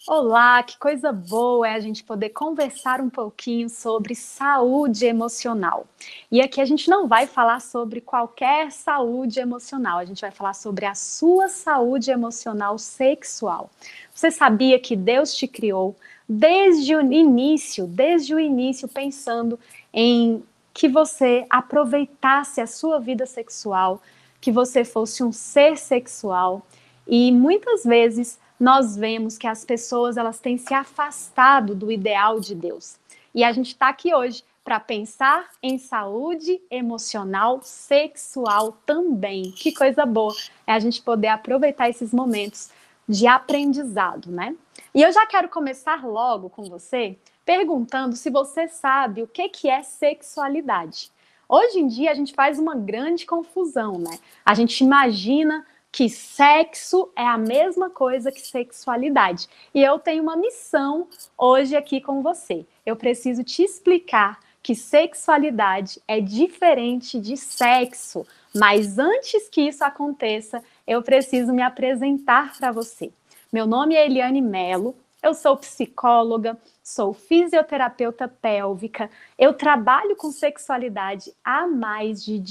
Olá, que coisa boa é a gente poder conversar um pouquinho sobre saúde emocional. E aqui a gente não vai falar sobre qualquer saúde emocional, a gente vai falar sobre a sua saúde emocional sexual. Você sabia que Deus te criou desde o início, pensando em que você aproveitasse a sua vida sexual, que você fosse um ser sexual. E muitas vezes nós vemos que as pessoas elas têm se afastado do ideal de Deus. E a gente está aqui hoje para pensar em saúde emocional, sexual também. Que coisa boa é a gente poder aproveitar esses momentos de aprendizado, né? E eu já quero começar logo com você perguntando se você sabe o que é sexualidade. Hoje em dia a gente faz uma grande confusão, né? A gente imagina que sexo é a mesma coisa que sexualidade. E eu tenho uma missão hoje aqui com você. Eu preciso te explicar que sexualidade é diferente de sexo. Mas antes que isso aconteça, eu preciso me apresentar para você. Meu nome é Eliane Mello, eu sou psicóloga, sou fisioterapeuta pélvica, eu trabalho com sexualidade há mais de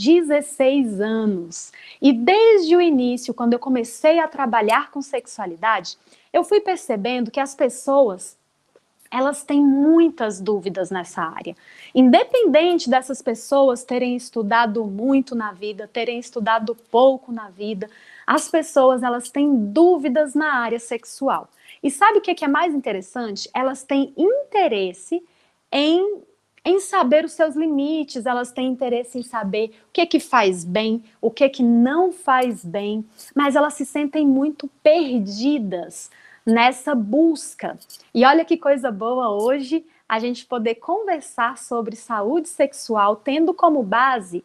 16 anos. E desde o início, quando eu comecei a trabalhar com sexualidade, eu fui percebendo que as pessoas elas têm muitas dúvidas nessa área. Independente dessas pessoas terem estudado muito na vida, terem estudado pouco na vida, as pessoas elas têm dúvidas na área sexual. E sabe o que é mais interessante? Elas têm interesse em saber os seus limites, elas têm interesse em saber o que faz bem, o que não faz bem, mas elas se sentem muito perdidas nessa busca. E olha que coisa boa hoje a gente poder conversar sobre saúde sexual, tendo como base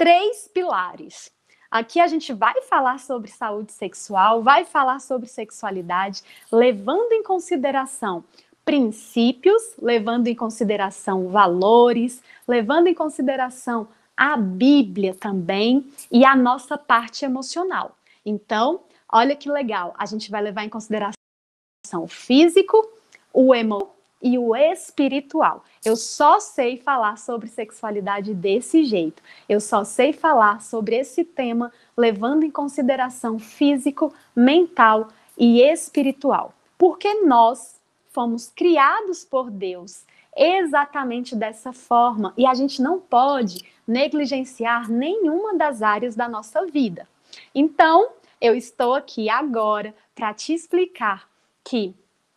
3 pilares. Aqui a gente vai falar sobre saúde sexual, vai falar sobre sexualidade, levando em consideração princípios, levando em consideração valores, levando em consideração a Bíblia também e a nossa parte emocional. Então, olha que legal, a gente vai levar em consideração o físico, o emocional e o espiritual. Eu só sei falar sobre sexualidade desse jeito. Eu só sei falar sobre esse tema levando em consideração físico, mental e espiritual. Porque nós fomos criados por Deus exatamente dessa forma e a gente não pode negligenciar nenhuma das áreas da nossa vida. Então, eu estou aqui agora para te explicar que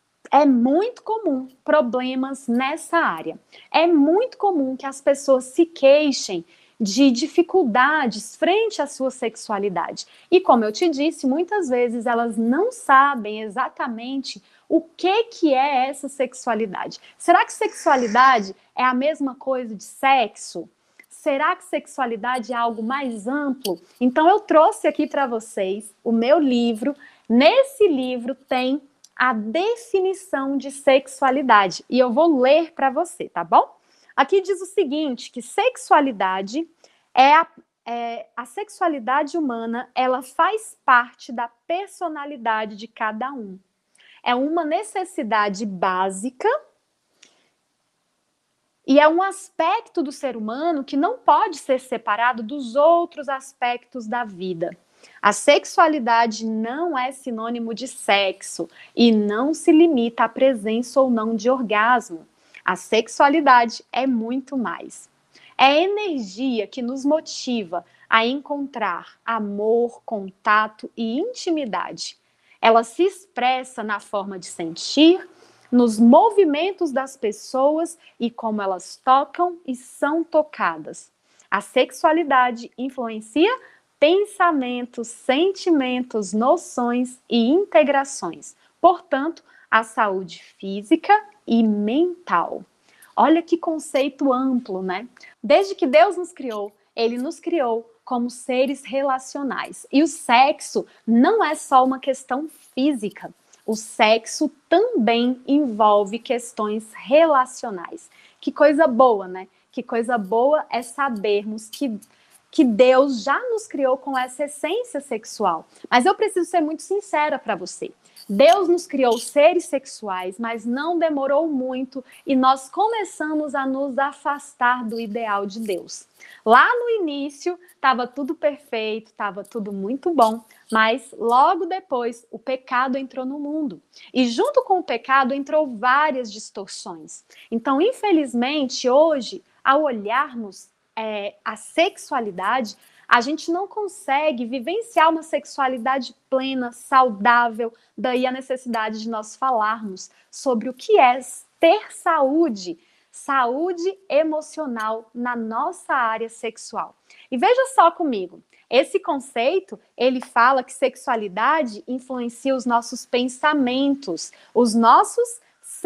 é muito comum problemas nessa área. É muito comum que as pessoas se queixem de dificuldades frente à sua sexualidade. E como eu te disse, muitas vezes elas não sabem exatamente o que é essa sexualidade. Será que sexualidade é a mesma coisa de sexo? Será que sexualidade é algo mais amplo? Então eu trouxe aqui para vocês o meu livro. Nesse livro tem a definição de sexualidade. E eu vou ler para você, tá bom? Aqui diz o seguinte, que sexualidade a sexualidade humana, ela faz parte da personalidade de cada um. É uma necessidade básica e é um aspecto do ser humano que não pode ser separado dos outros aspectos da vida. A sexualidade não é sinônimo de sexo e não se limita à presença ou não de orgasmo. A sexualidade é muito mais. É a energia que nos motiva a encontrar amor, contato e intimidade. Ela se expressa na forma de sentir, nos movimentos das pessoas e como elas tocam e são tocadas. A sexualidade influencia pensamentos, sentimentos, noções e integrações. Portanto, a saúde física e mental. Olha que conceito amplo, né? Desde que Deus nos criou, Ele nos criou como seres relacionais. E o sexo não é só uma questão física. O sexo também envolve questões relacionais. Que coisa boa, né? Que coisa boa é sabermos que Deus já nos criou com essa essência sexual. Mas eu preciso ser muito sincera para você. Deus nos criou seres sexuais, mas não demorou muito e nós começamos a nos afastar do ideal de Deus. Lá no início estava tudo perfeito, estava tudo muito bom, mas logo depois o pecado entrou no mundo. E junto com o pecado entrou várias distorções. Então, infelizmente, hoje, ao olharmos a sexualidade, a gente não consegue vivenciar uma sexualidade plena, saudável, daí a necessidade de nós falarmos sobre o que é ter saúde emocional na nossa área sexual. E veja só comigo, esse conceito, ele fala que sexualidade influencia os nossos pensamentos, os nossos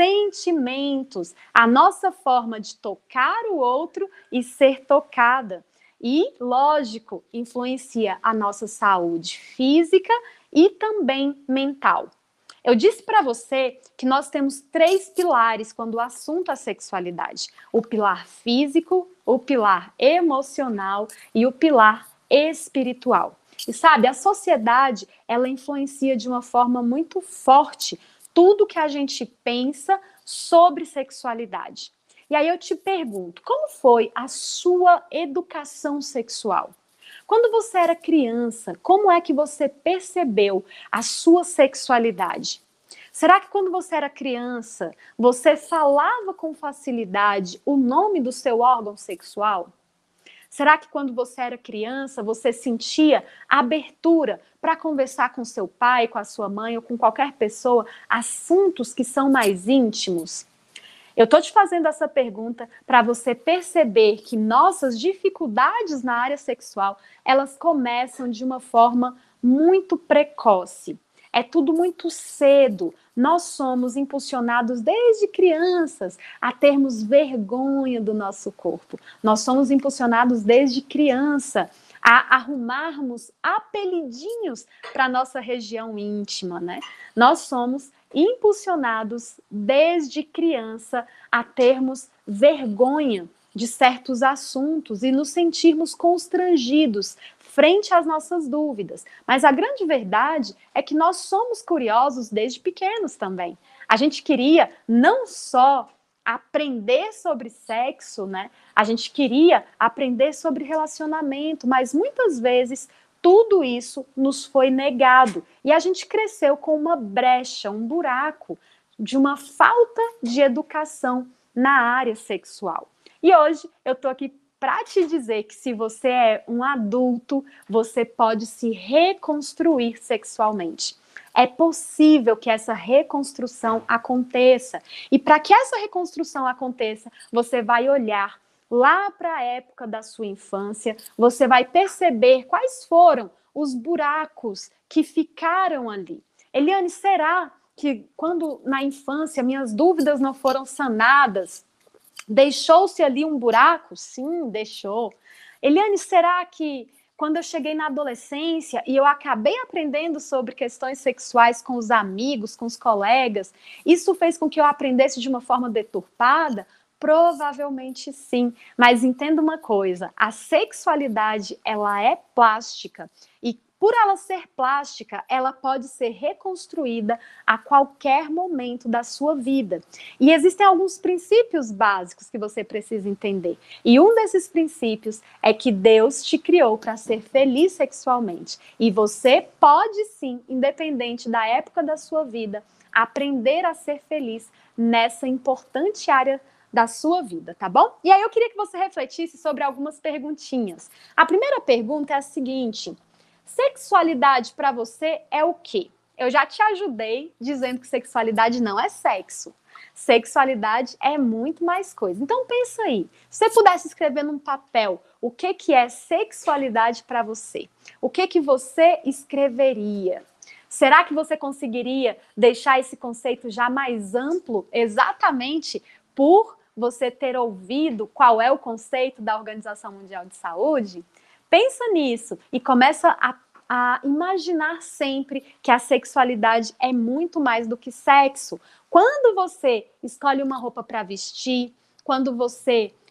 sentimentos, a nossa forma de tocar o outro e ser tocada. E, lógico, influencia a nossa saúde física e também mental. Eu disse para você que nós temos 3 pilares quando o assunto é sexualidade. O pilar físico, o pilar emocional e o pilar espiritual. E sabe, a sociedade, ela influencia de uma forma muito forte tudo que a gente pensa sobre sexualidade. E aí eu te pergunto, como foi a sua educação sexual? Quando você era criança, como é que você percebeu a sua sexualidade? Será que quando você era criança, você falava com facilidade o nome do seu órgão sexual? Será que quando você era criança, você sentia abertura para conversar com seu pai, com a sua mãe ou com qualquer pessoa assuntos que são mais íntimos? Eu estou te fazendo essa pergunta para você perceber que nossas dificuldades na área sexual, elas começam de uma forma muito precoce. É tudo muito cedo. Nós somos impulsionados desde crianças a termos vergonha do nosso corpo. Nós somos impulsionados desde criança a arrumarmos apelidinhos para a nossa região íntima, né? Nós somos impulsionados desde criança a termos vergonha de certos assuntos e nos sentirmos constrangidos frente às nossas dúvidas. Mas a grande verdade é que nós somos curiosos desde pequenos também. A gente queria não só aprender sobre sexo, né? A gente queria aprender sobre relacionamento, mas muitas vezes tudo isso nos foi negado e a gente cresceu com uma brecha, um buraco de uma falta de educação na área sexual. E hoje eu tô aqui para te dizer que se você é um adulto, você pode se reconstruir sexualmente. É possível que essa reconstrução aconteça. E para que essa reconstrução aconteça, você vai olhar lá para a época da sua infância, você vai perceber quais foram os buracos que ficaram ali. Eliane, será que quando na infância minhas dúvidas não foram sanadas, deixou-se ali um buraco? Sim, deixou. Eliane, será que quando eu cheguei na adolescência e eu acabei aprendendo sobre questões sexuais com os amigos, com os colegas, isso fez com que eu aprendesse de uma forma deturpada? Provavelmente sim, mas entenda uma coisa, a sexualidade, ela é plástica e por ela ser plástica, ela pode ser reconstruída a qualquer momento da sua vida. E existem alguns princípios básicos que você precisa entender. E um desses princípios é que Deus te criou para ser feliz sexualmente. E você pode sim, independente da época da sua vida, aprender a ser feliz nessa importante área da sua vida, tá bom? E aí eu queria que você refletisse sobre algumas perguntinhas. A primeira pergunta é a seguinte: sexualidade para você é o quê? Eu já te ajudei dizendo que sexualidade não é sexo. Sexualidade é muito mais coisa. Então pensa aí, se você pudesse escrever num papel o que é sexualidade para você, o que você escreveria? Será que você conseguiria deixar esse conceito já mais amplo exatamente por você ter ouvido qual é o conceito da Organização Mundial de Saúde? Pensa nisso e começa a imaginar sempre que a sexualidade é muito mais do que sexo. Quando você escolhe uma roupa para vestir, quando você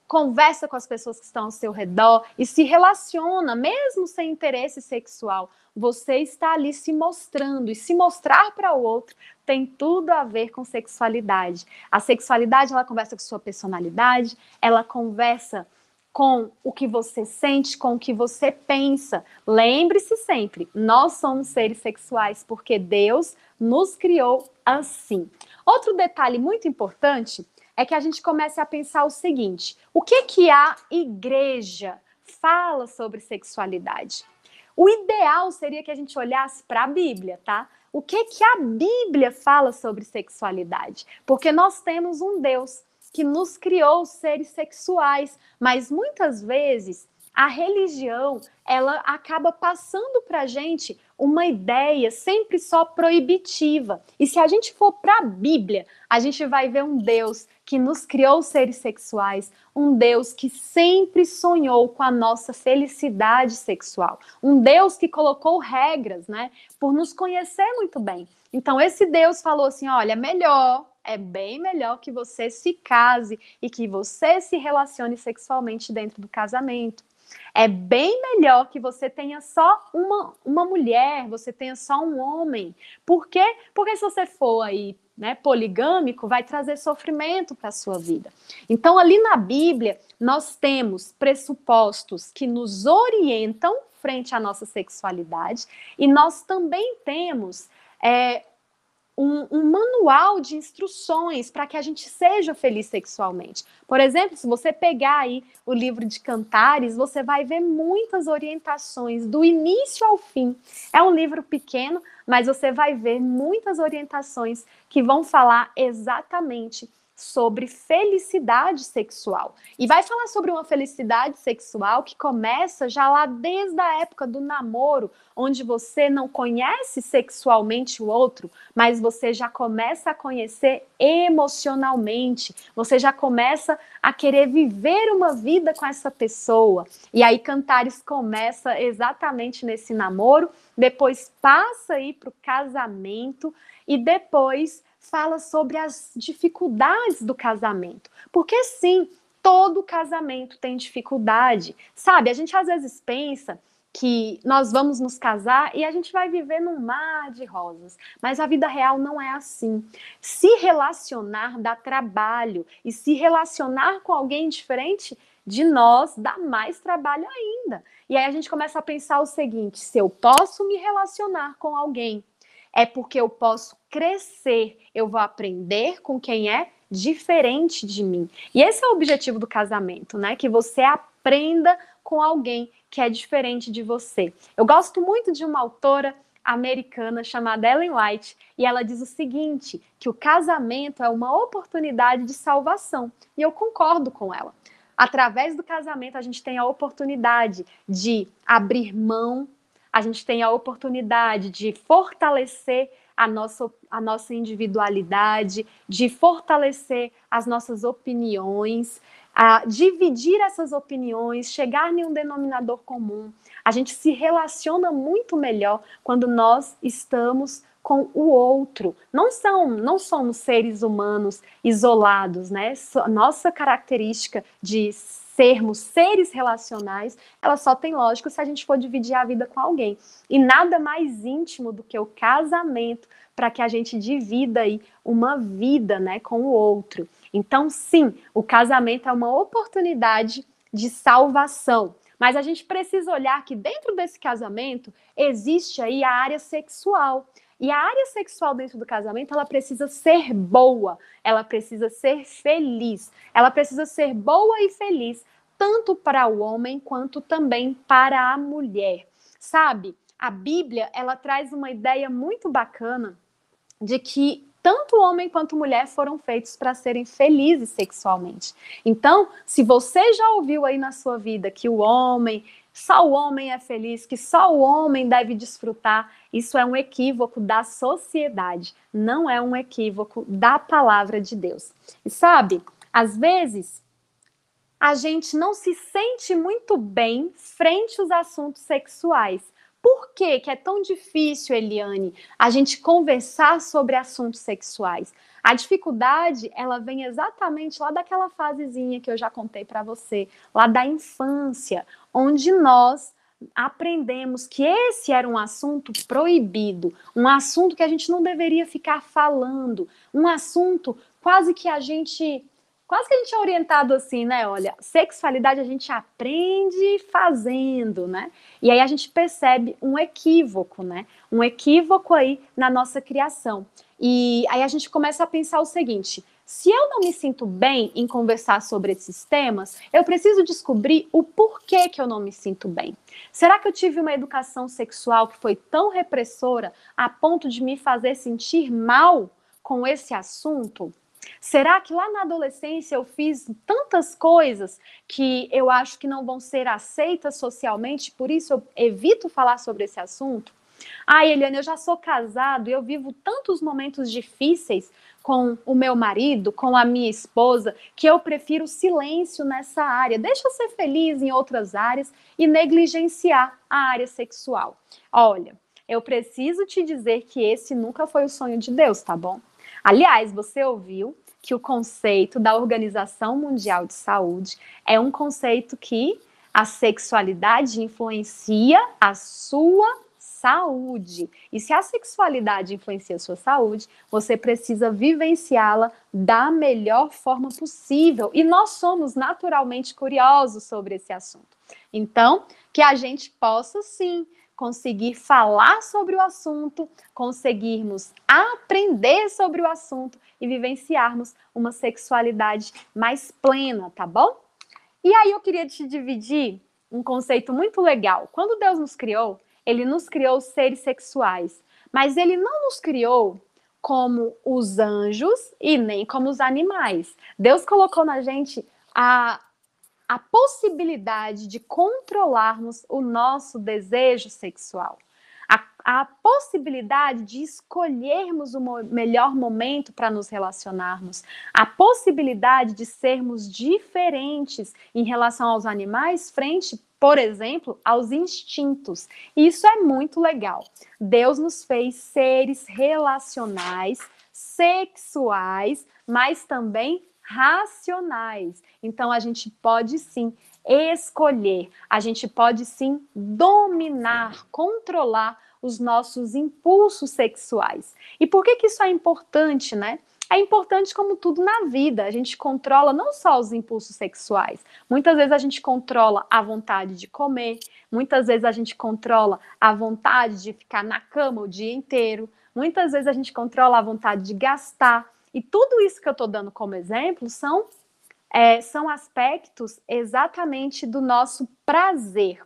conversa com as pessoas que estão ao seu redor e se relaciona, mesmo sem interesse sexual. Você está ali se mostrando, e se mostrar para o outro tem tudo a ver com sexualidade. A sexualidade, ela conversa com sua personalidade, ela conversa com o que você sente, com o que você pensa. Lembre-se sempre, nós somos seres sexuais porque Deus nos criou assim. Outro detalhe muito importante é que a gente comece a pensar o seguinte: o que a igreja fala sobre sexualidade? O ideal seria que a gente olhasse para a Bíblia, tá? O que a Bíblia fala sobre sexualidade? Porque nós temos um Deus que nos criou seres sexuais, mas muitas vezes a religião, ela acaba passando para a gente uma ideia sempre só proibitiva. E se a gente for para a Bíblia, a gente vai ver um Deus que nos criou seres sexuais, um Deus que sempre sonhou com a nossa felicidade sexual, um Deus que colocou regras, né, por nos conhecer muito bem. Então esse Deus falou assim, olha, é bem melhor que você se case e que você se relacione sexualmente dentro do casamento. É bem melhor que você tenha só uma mulher, você tenha só um homem. Por quê? Porque se você for aí, né, poligâmico, vai trazer sofrimento para a sua vida. Então, ali na Bíblia, nós temos pressupostos que nos orientam frente à nossa sexualidade e nós também temos um manual de instruções para que a gente seja feliz sexualmente. Por exemplo, se você pegar aí o livro de Cantares, você vai ver muitas orientações do início ao fim. É um livro pequeno, mas você vai ver muitas orientações que vão falar exatamente sobre felicidade sexual. E vai falar sobre uma felicidade sexual que começa já lá desde a época do namoro, onde você não conhece sexualmente o outro, mas você já começa a conhecer emocionalmente, você já começa a querer viver uma vida com essa pessoa. E aí Cantares começa exatamente nesse namoro, depois passa aí para o casamento e depois fala sobre as dificuldades do casamento. Porque sim, todo casamento tem dificuldade. Sabe, a gente às vezes pensa que nós vamos nos casar e a gente vai viver num mar de rosas. Mas a vida real não é assim. Se relacionar dá trabalho. E se relacionar com alguém diferente de nós dá mais trabalho ainda. E aí a gente começa a pensar o seguinte: se eu posso me relacionar com alguém, é porque eu posso crescer, eu vou aprender com quem é diferente de mim. E esse é o objetivo do casamento, né? Que você aprenda com alguém que é diferente de você. Eu gosto muito de uma autora americana chamada Ellen White, e ela diz o seguinte, que o casamento é uma oportunidade de salvação. E eu concordo com ela. Através do casamento, a gente tem a oportunidade de abrir mão, a gente tem a oportunidade de fortalecer a nossa individualidade, de fortalecer as nossas opiniões, a dividir essas opiniões, chegar em um denominador comum. A gente se relaciona muito melhor quando nós estamos com o outro. Não somos seres humanos isolados, né? Nossa característica de sermos seres relacionais, ela só tem lógica se a gente for dividir a vida com alguém. E nada mais íntimo do que o casamento para que a gente divida aí uma vida, né, com o outro. Então, sim, o casamento é uma oportunidade de salvação. Mas a gente precisa olhar que dentro desse casamento existe aí a área sexual. E a área sexual dentro do casamento, ela precisa ser boa, ela precisa ser feliz, ela precisa ser boa e feliz, tanto para o homem quanto também para a mulher. Sabe, a Bíblia, ela traz uma ideia muito bacana de que tanto homem quanto mulher foram feitos para serem felizes sexualmente. Então, se você já ouviu aí na sua vida que só o homem é feliz, que só o homem deve desfrutar, isso é um equívoco da sociedade, não é um equívoco da palavra de Deus. E sabe, às vezes a gente não se sente muito bem frente aos assuntos sexuais. Por que é tão difícil, Eliane, a gente conversar sobre assuntos sexuais? A dificuldade, ela vem exatamente lá daquela fasezinha que eu já contei para você, lá da infância, onde nós aprendemos que esse era um assunto proibido, um assunto que a gente não deveria ficar falando, um assunto quase que a gente é orientado assim, né? Olha, sexualidade a gente aprende fazendo, né? E aí a gente percebe um equívoco, né? Um equívoco aí na nossa criação. E aí a gente começa a pensar o seguinte: se eu não me sinto bem em conversar sobre esses temas, eu preciso descobrir o porquê que eu não me sinto bem. Será que eu tive uma educação sexual que foi tão repressora a ponto de me fazer sentir mal com esse assunto? Será que lá na adolescência eu fiz tantas coisas que eu acho que não vão ser aceitas socialmente, por isso eu evito falar sobre esse assunto? Ah, Eliane, eu já sou casado e eu vivo tantos momentos difíceis com o meu marido, com a minha esposa, que eu prefiro silêncio nessa área. Deixa eu ser feliz em outras áreas e negligenciar a área sexual. Olha, eu preciso te dizer que esse nunca foi o sonho de Deus, tá bom? Aliás, você ouviu que o conceito da Organização Mundial de Saúde é um conceito que a sexualidade influencia a sua saúde. E se a sexualidade influencia a sua saúde, você precisa vivenciá-la da melhor forma possível. E nós somos naturalmente curiosos sobre esse assunto. Então, que a gente possa sim conseguir falar sobre o assunto, conseguirmos aprender sobre o assunto e vivenciarmos uma sexualidade mais plena, tá bom? E aí eu queria te dividir um conceito muito legal. Quando Deus nos criou, ele nos criou seres sexuais, mas ele não nos criou como os anjos e nem como os animais. Deus colocou na gente a possibilidade de controlarmos o nosso desejo sexual, a possibilidade de escolhermos o melhor momento para nos relacionarmos, a possibilidade de sermos diferentes em relação aos animais frente, por exemplo, aos instintos. Isso é muito legal. Deus nos fez seres relacionais, sexuais, mas também racionais. Então a gente pode sim escolher, a gente pode sim dominar, controlar os nossos impulsos sexuais. E por que isso é importante, né? É importante como tudo na vida. A gente controla não só os impulsos sexuais. Muitas vezes a gente controla a vontade de comer, muitas vezes a gente controla a vontade de ficar na cama o dia inteiro, muitas vezes a gente controla a vontade de gastar. E tudo isso que eu estou dando como exemplo são aspectos exatamente do nosso prazer.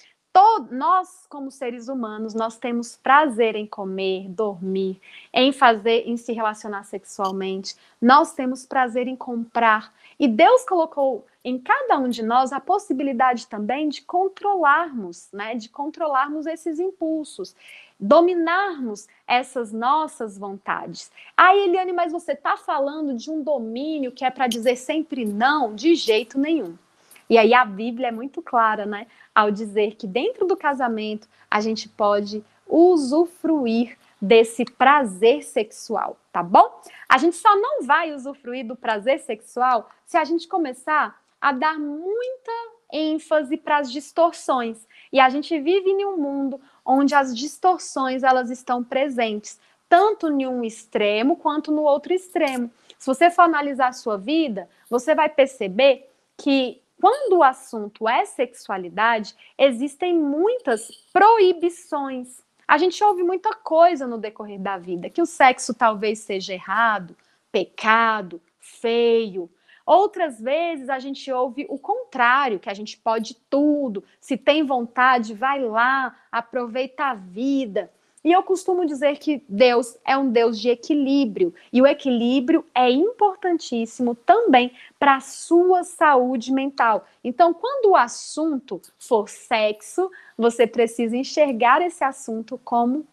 Nós, como seres humanos, nós temos prazer em comer, dormir, em se relacionar sexualmente. Nós temos prazer em comprar. E Deus colocou em cada um de nós a possibilidade também de controlarmos, né? De controlarmos esses impulsos, dominarmos essas nossas vontades. Ah, Eliane, mas você está falando de um domínio que é para dizer sempre não? De jeito nenhum. E aí a Bíblia é muito clara, né? Ao dizer que dentro do casamento a gente pode usufruir desse prazer sexual, tá bom? A gente só não vai usufruir do prazer sexual se a gente começar a dar muita ênfase para as distorções. E a gente vive em um mundo onde as distorções elas estão presentes, tanto em um extremo quanto no outro extremo. Se você for analisar a sua vida, você vai perceber que quando o assunto é sexualidade, existem muitas proibições. A gente ouve muita coisa no decorrer da vida, que o sexo talvez seja errado, pecado, feio. Outras vezes a gente ouve o contrário, que a gente pode tudo, se tem vontade, vai lá, aproveita a vida. E eu costumo dizer que Deus é um Deus de equilíbrio, e o equilíbrio é importantíssimo também para a sua saúde mental. Então, quando o assunto for sexo, você precisa enxergar esse assunto como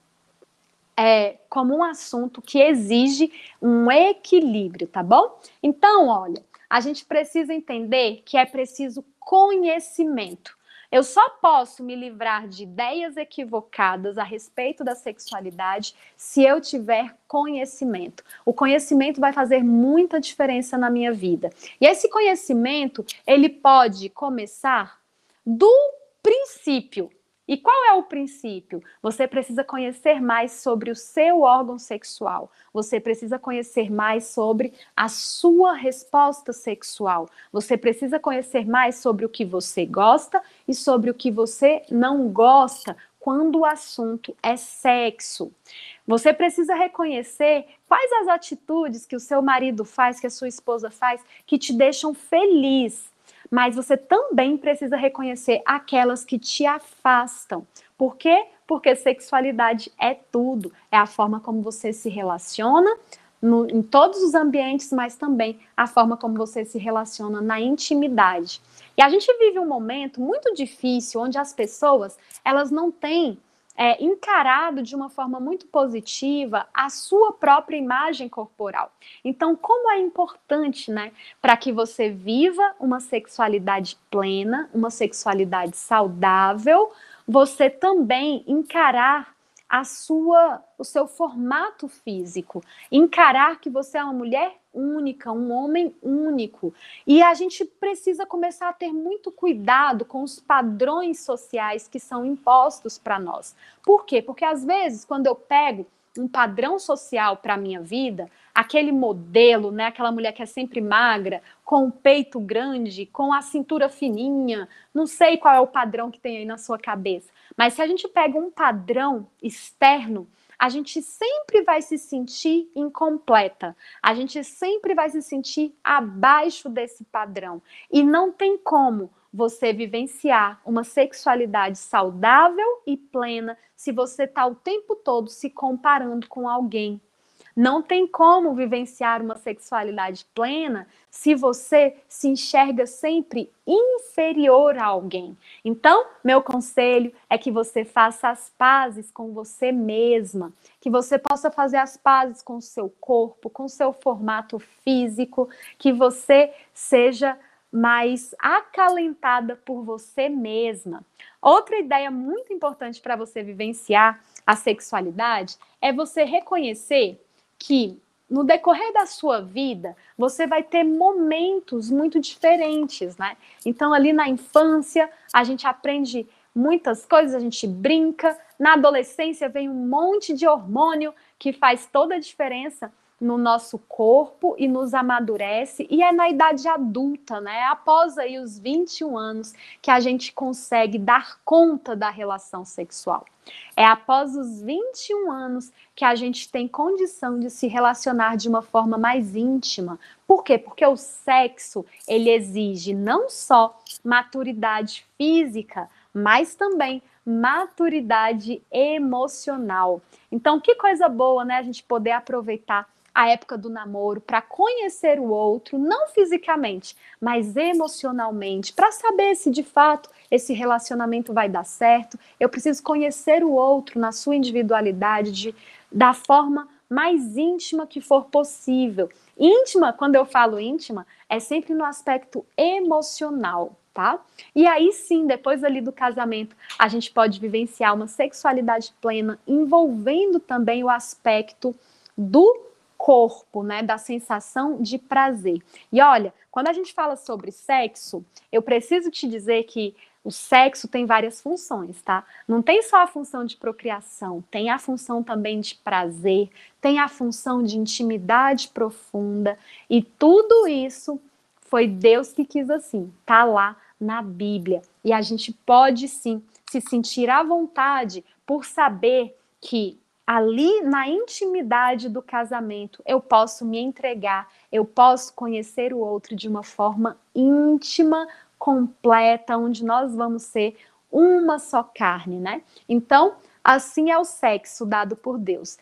um assunto que exige um equilíbrio, tá bom? Então, olha, a gente precisa entender que é preciso conhecimento. Eu só posso me livrar de ideias equivocadas a respeito da sexualidade se eu tiver conhecimento. O conhecimento vai fazer muita diferença na minha vida. E esse conhecimento, ele pode começar do princípio. E qual é o princípio? Você precisa conhecer mais sobre o seu órgão sexual. Você precisa conhecer mais sobre a sua resposta sexual. Você precisa conhecer mais sobre o que você gosta e sobre o que você não gosta quando o assunto é sexo. Você precisa reconhecer quais as atitudes que o seu marido faz, que a sua esposa faz, que te deixam feliz. Mas você também precisa reconhecer aquelas que te afastam. Por quê? Porque sexualidade é tudo. É a forma como você se relaciona em todos os ambientes, mas também a forma como você se relaciona na intimidade. E a gente vive um momento muito difícil, onde as pessoas elas não têm encarado de uma forma muito positiva a sua própria imagem corporal. Então, como é importante, né, para que você viva uma sexualidade plena, uma sexualidade saudável, você também encarar o seu formato físico, encarar que você é uma mulher única, um homem único. E a gente precisa começar a ter muito cuidado com os padrões sociais que são impostos para nós. Por quê? Porque às vezes, quando eu pego um padrão social para a minha vida, aquele modelo, né, aquela mulher que é sempre magra, com o peito grande, com a cintura fininha, não sei qual é o padrão que tem aí na sua cabeça, mas se a gente pega um padrão externo, a gente sempre vai se sentir incompleta, a gente sempre vai se sentir abaixo desse padrão. E não tem como você vivenciar uma sexualidade saudável e plena se você está o tempo todo se comparando com alguém. Não tem como vivenciar uma sexualidade plena se você se enxerga sempre inferior a alguém. Então, meu conselho é que você faça as pazes com você mesma, que você possa fazer as pazes com o seu corpo, com o seu formato físico, que você seja mais acalentada por você mesma. Outra ideia muito importante para você vivenciar a sexualidade é você reconhecer que no decorrer da sua vida, você vai ter momentos muito diferentes, né? Então, ali na infância, a gente aprende muitas coisas, a gente brinca. Na adolescência, vem um monte de hormônio que faz toda a diferença no nosso corpo e nos amadurece. E é na idade adulta, né? Após aí os 21 anos, que a gente consegue dar conta da relação sexual. É após os 21 anos que a gente tem condição de se relacionar de uma forma mais íntima. Por quê? Porque o sexo, ele exige não só maturidade física, mas também maturidade emocional. Então, que coisa boa, né? A gente poder aproveitar a época do namoro para conhecer o outro, não fisicamente, mas emocionalmente, para saber se de fato esse relacionamento vai dar certo. Eu preciso conhecer o outro na sua individualidade, da forma mais íntima que for possível. Íntima, quando eu falo íntima, é sempre no aspecto emocional, tá? E aí sim, depois ali do casamento, a gente pode vivenciar uma sexualidade plena, envolvendo também o aspecto do corpo, né, da sensação de prazer. E olha, quando a gente fala sobre sexo, eu preciso te dizer que o sexo tem várias funções, tá? Não tem só a função de procriação, tem a função também de prazer, tem a função de intimidade profunda, e tudo isso foi Deus que quis assim, tá lá na Bíblia. E a gente pode sim se sentir à vontade por saber que ali na intimidade do casamento eu posso me entregar, eu posso conhecer o outro de uma forma íntima, completa, onde nós vamos ser uma só carne, né? Então, assim é o sexo dado por Deus.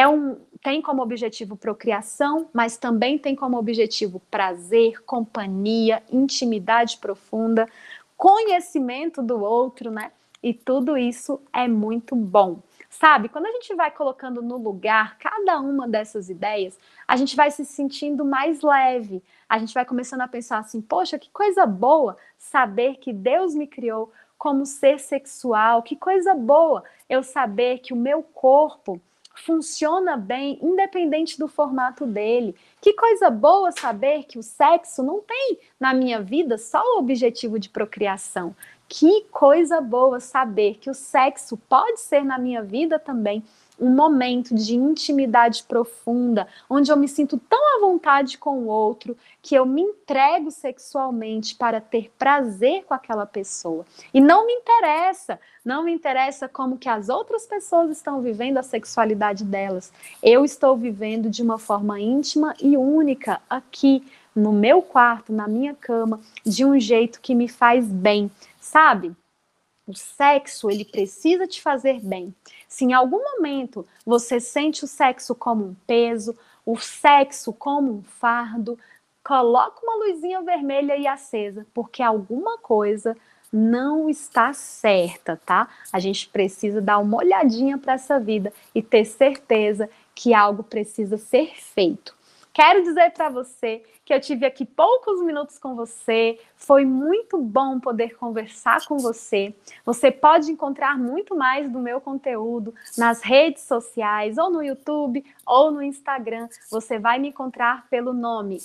Tem como objetivo procriação, mas também tem como objetivo prazer, companhia, intimidade profunda, conhecimento do outro, né? E tudo isso é muito bom. Sabe, quando a gente vai colocando no lugar cada uma dessas ideias, a gente vai se sentindo mais leve. A gente vai começando a pensar assim, poxa, que coisa boa saber que Deus me criou como ser sexual. Que coisa boa eu saber que o meu corpo funciona bem, independente do formato dele. Que coisa boa saber que o sexo não tem na minha vida só o objetivo de procriação. Que coisa boa saber que o sexo pode ser na minha vida também um momento de intimidade profunda, onde eu me sinto tão à vontade com o outro, que eu me entrego sexualmente para ter prazer com aquela pessoa. E não me interessa como que as outras pessoas estão vivendo a sexualidade delas. Eu estou vivendo de uma forma íntima e única aqui, no meu quarto, na minha cama, de um jeito que me faz bem, sabe? O sexo, ele precisa te fazer bem. Se em algum momento você sente o sexo como um peso, o sexo como um fardo, coloca uma luzinha vermelha e acesa, porque alguma coisa não está certa, tá? A gente precisa dar uma olhadinha para essa vida e ter certeza que algo precisa ser feito. Quero dizer para você que eu tive aqui poucos minutos com você, foi muito bom poder conversar com você. Você pode encontrar muito mais do meu conteúdo nas redes sociais, ou no YouTube, ou no Instagram. Você vai me encontrar pelo nome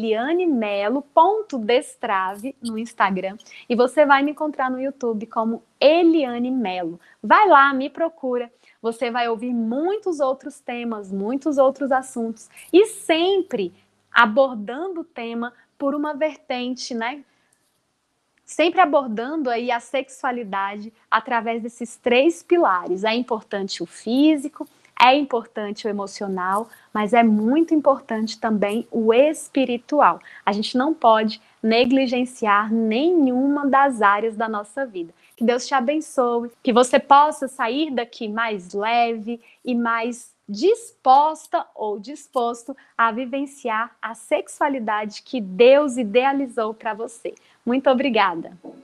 elianemelo.destrave no Instagram, e você vai me encontrar no YouTube como Eliane Melo. Vai lá, me procura. Você vai ouvir muitos outros temas, muitos outros assuntos, e sempre abordando o tema por uma vertente, né? Sempre abordando aí a sexualidade através desses três pilares. É importante o físico, é importante o emocional, mas é muito importante também o espiritual. A gente não pode negligenciar nenhuma das áreas da nossa vida. Que Deus te abençoe, que você possa sair daqui mais leve e mais disposta ou disposto a vivenciar a sexualidade que Deus idealizou para você. Muito obrigada!